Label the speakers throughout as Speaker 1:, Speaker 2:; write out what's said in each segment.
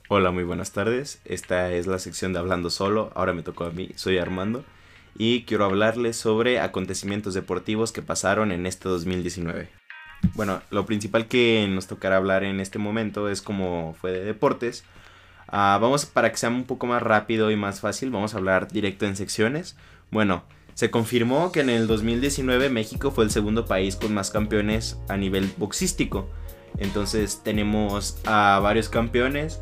Speaker 1: Hola, muy buenas tardes. Esta es la sección de Hablando Solo. Ahora me tocó a mí, soy Armando. Y quiero hablarles sobre acontecimientos deportivos que pasaron en este 2019. Bueno, lo principal que nos tocará hablar en este momento es como fue de deportes. Vamos, para que sea un poco más rápido y más fácil, vamos a hablar directo en secciones. Bueno, se confirmó que en el 2019 México fue el segundo país con más campeones a nivel boxístico. Entonces tenemos a varios campeones,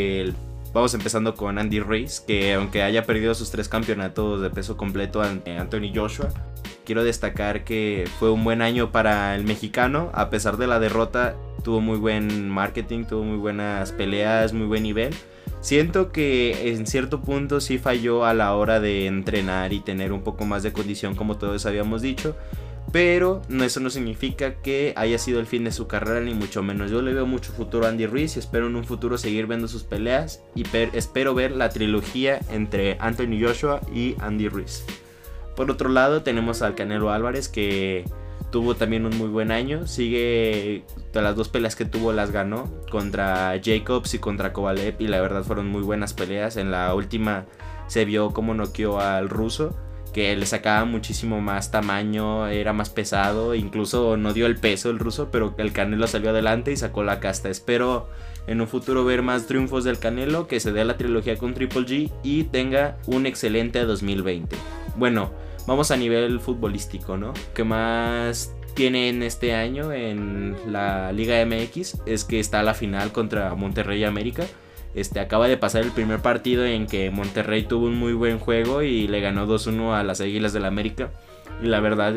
Speaker 1: vamos empezando con Andy Ruiz, que aunque haya perdido sus 3 campeonatos de peso completo ante Anthony Joshua, quiero destacar que fue un buen año para el mexicano. A pesar de la derrota, tuvo muy buen marketing, tuvo muy buenas peleas, muy buen nivel. Siento que en cierto punto sí falló a la hora de entrenar y tener un poco más de condición, como todos habíamos dicho. Pero eso no significa que haya sido el fin de su carrera, ni mucho menos. Yo le veo mucho futuro a Andy Ruiz y espero en un futuro seguir viendo sus peleas. Y espero ver la trilogía entre Anthony Joshua y Andy Ruiz. Por otro lado tenemos al Canelo Álvarez, que tuvo también un muy buen año. Sigue, de las 2 peleas que tuvo las ganó, contra Jacobs y contra Kovalev, y la verdad fueron muy buenas peleas. En la última se vio cómo noqueó al ruso, que le sacaba muchísimo más tamaño, era más pesado, incluso no dio el peso el ruso, pero el Canelo salió adelante y sacó la casta. Espero en un futuro ver más triunfos del Canelo, que se dé la trilogía con Triple G y tenga un excelente 2020. Bueno, vamos a nivel futbolístico, ¿no? ¿Qué más tienen este año en la Liga MX? Es que está la final contra Monterrey América. Acaba de pasar el primer partido en que Monterrey tuvo un muy buen juego y le ganó 2-1 a las Águilas del América. Y la verdad,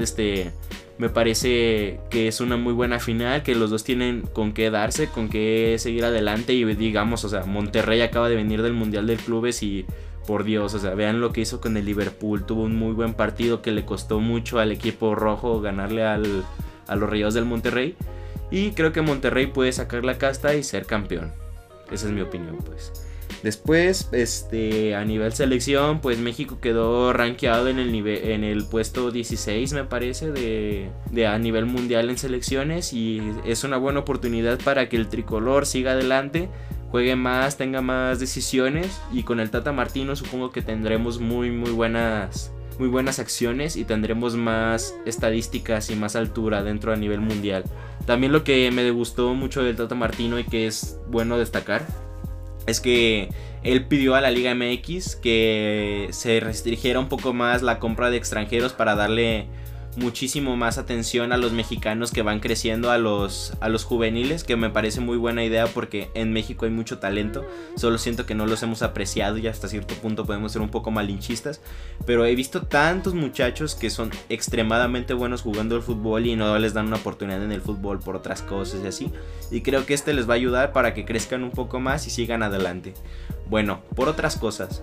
Speaker 1: me parece que es una muy buena final, que los dos tienen con qué darse, con qué seguir adelante. Y digamos, o sea, Monterrey acaba de venir del Mundial de Clubes y por Dios, o sea, vean lo que hizo con el Liverpool. Tuvo un muy buen partido que le costó mucho al equipo rojo ganarle a los Rayados del Monterrey. Y creo que Monterrey puede sacar la casta y ser campeón. Esa es mi opinión, pues. Después, a nivel selección, pues México quedó rankeado en el puesto 16, me parece, de a nivel mundial en selecciones. Y es una buena oportunidad para que el tricolor siga adelante, juegue más, tenga más decisiones. Y con el Tata Martino supongo que tendremos muy buenas acciones y tendremos más estadísticas y más altura dentro a nivel mundial. También lo que me gustó mucho del Tata Martino y que es bueno destacar es que él pidió a la Liga MX que se restringiera un poco más la compra de extranjeros para darle muchísimo más atención a los mexicanos que van creciendo, a los juveniles, que me parece muy buena idea porque en México hay mucho talento. Solo siento que no los hemos apreciado y hasta cierto punto podemos ser un poco malinchistas, pero he visto tantos muchachos que son extremadamente buenos jugando el fútbol y no les dan una oportunidad en el fútbol por otras cosas y así, y creo que les va a ayudar para que crezcan un poco más y sigan adelante. Bueno, por otras cosas,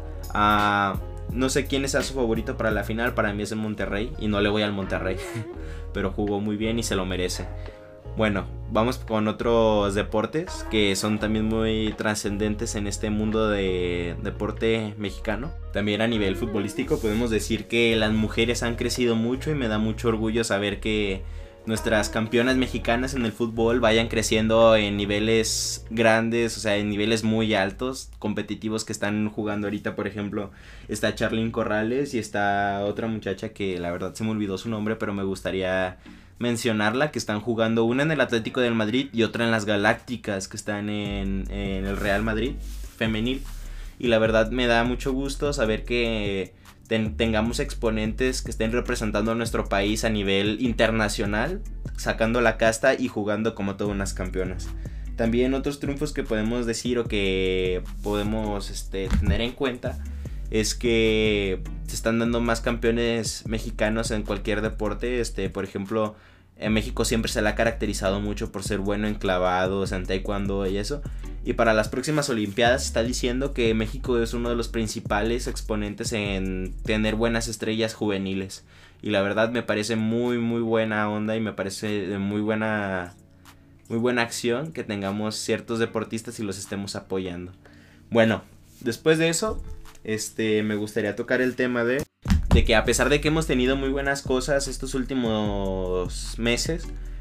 Speaker 1: no sé quién es su favorito para la final. Para mí es el Monterrey y no le voy al Monterrey, pero jugó muy bien y se lo merece. Bueno, vamos con otros deportes que son también muy trascendentes en este mundo de deporte mexicano. También a nivel futbolístico podemos decir que las mujeres han crecido mucho y me da mucho orgullo saber que nuestras campeonas mexicanas en el fútbol vayan creciendo en niveles grandes, o sea, en niveles muy altos, competitivos, que están jugando ahorita. Por ejemplo, está Charlyn Corrales y está otra muchacha que la verdad se me olvidó su nombre, pero me gustaría mencionarla, que están jugando una en el Atlético del Madrid y otra en las Galácticas, que están en el Real Madrid femenil. Y la verdad me da mucho gusto saber que tengamos exponentes que estén representando a nuestro país a nivel internacional, sacando la casta y jugando como todas unas campeonas. También otros triunfos que podemos decir o que podemos tener en cuenta es que se están dando más campeones mexicanos en cualquier deporte. Por ejemplo, en México siempre se le ha caracterizado mucho por ser bueno en clavados, en taekwondo y eso. Y para las próximas olimpiadas se está diciendo que México es uno de los principales exponentes en tener buenas estrellas juveniles. Y la verdad me parece muy buena onda y me parece de muy buena acción que tengamos ciertos deportistas y los estemos apoyando. Bueno, después de eso, me gustaría tocar el tema de que a pesar de que hemos tenido muy buenas cosas estos últimos meses,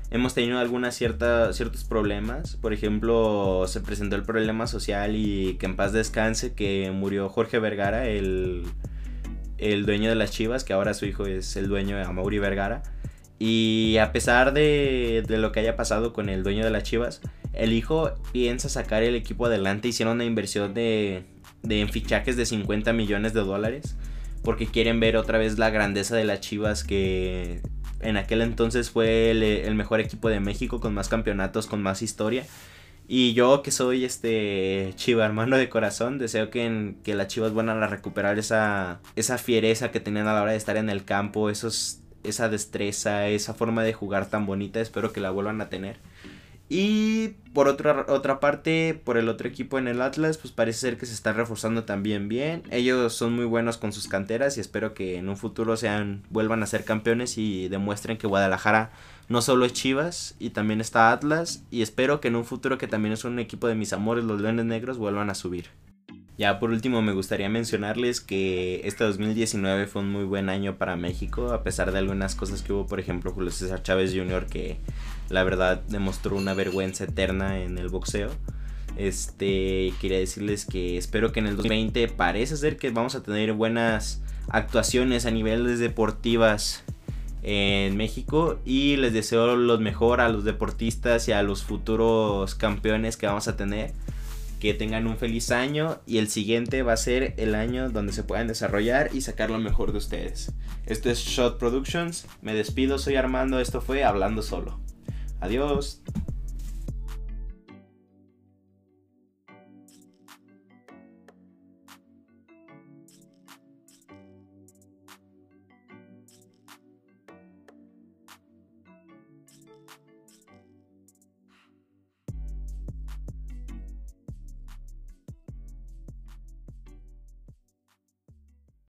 Speaker 1: hemos tenido ciertos problemas. Por ejemplo, se presentó el problema social y que en paz descanse que murió Jorge Vergara, el dueño de las Chivas, que ahora su hijo es el dueño de Amaury Vergara. Y a pesar de lo que haya pasado con el dueño de las Chivas, el hijo piensa sacar el equipo adelante. Hicieron una inversión en fichajes de $50 millones, porque quieren ver otra vez la grandeza de las Chivas, que en aquel entonces fue el mejor equipo de México, con más campeonatos, con más historia. Y yo, que soy Chiva hermano de corazón, deseo que las Chivas vuelvan a recuperar esa fiereza que tenían a la hora de estar en el campo, esa destreza, esa forma de jugar tan bonita. Espero que la vuelvan a tener. Y por otra parte, por el otro equipo en el Atlas, pues parece ser que se está reforzando también bien. Ellos son muy buenos con sus canteras y espero que en un futuro vuelvan a ser campeones y demuestren que Guadalajara no solo es Chivas, y también está Atlas. Y espero que en un futuro, que también es un equipo de mis amores, los Leones Negros, vuelvan a subir. Ya por último, me gustaría mencionarles que este 2019 fue un muy buen año para México, a pesar de algunas cosas que hubo. Por ejemplo, Julio César Chávez Jr., que la verdad demostró una vergüenza eterna en el boxeo. Quería decirles que espero que en el 2020 parece ser que vamos a tener buenas actuaciones a niveles deportivas en México, y les deseo lo mejor a los deportistas y a los futuros campeones que vamos a tener. Que tengan un feliz año, y el siguiente va a ser el año donde se puedan desarrollar y sacar lo mejor de ustedes. Esto es Shot Productions, me despido, soy Armando, esto fue Hablando Solo. Adiós.